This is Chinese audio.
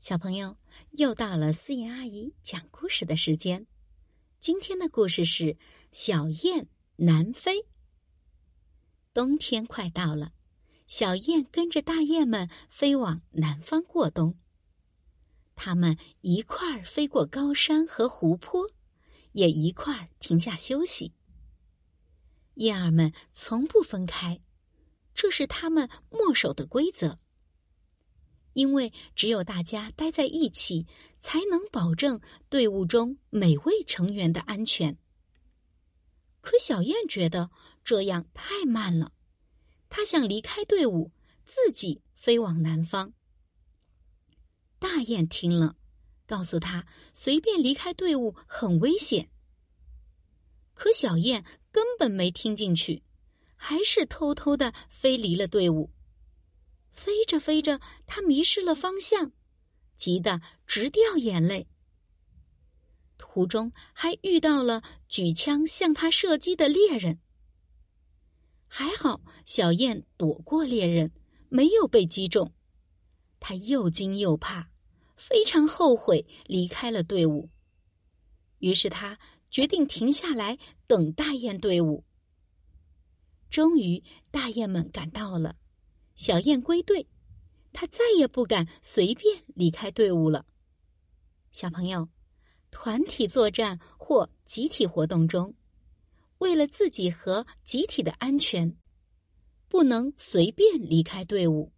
小朋友，又到了思妍阿姨讲故事的时间。今天的故事是小雁南飞。冬天快到了，小雁跟着大雁们飞往南方过冬。它们一块儿飞过高山和湖泊，也一块儿停下休息。雁儿们从不分开，这是它们墨守的规则。因为只有大家待在一起，才能保证队伍中每位成员的安全。可小雁觉得这样太慢了，它想离开队伍，自己飞往南方。大雁听了，告诉他随便离开队伍很危险。可小雁根本没听进去，还是偷偷地飞离了队伍。飞着飞着，他迷失了方向，急得直掉眼泪。途中还遇到了举枪向他射击的猎人。还好小雁躲过猎人，没有被击中。他又惊又怕，非常后悔离开了队伍。于是他决定停下来等大雁队伍。终于大雁们赶到了，小雁归队，他再也不敢随便离开队伍了。小朋友，团体作战或集体活动中，为了自己和集体的安全，不能随便离开队伍。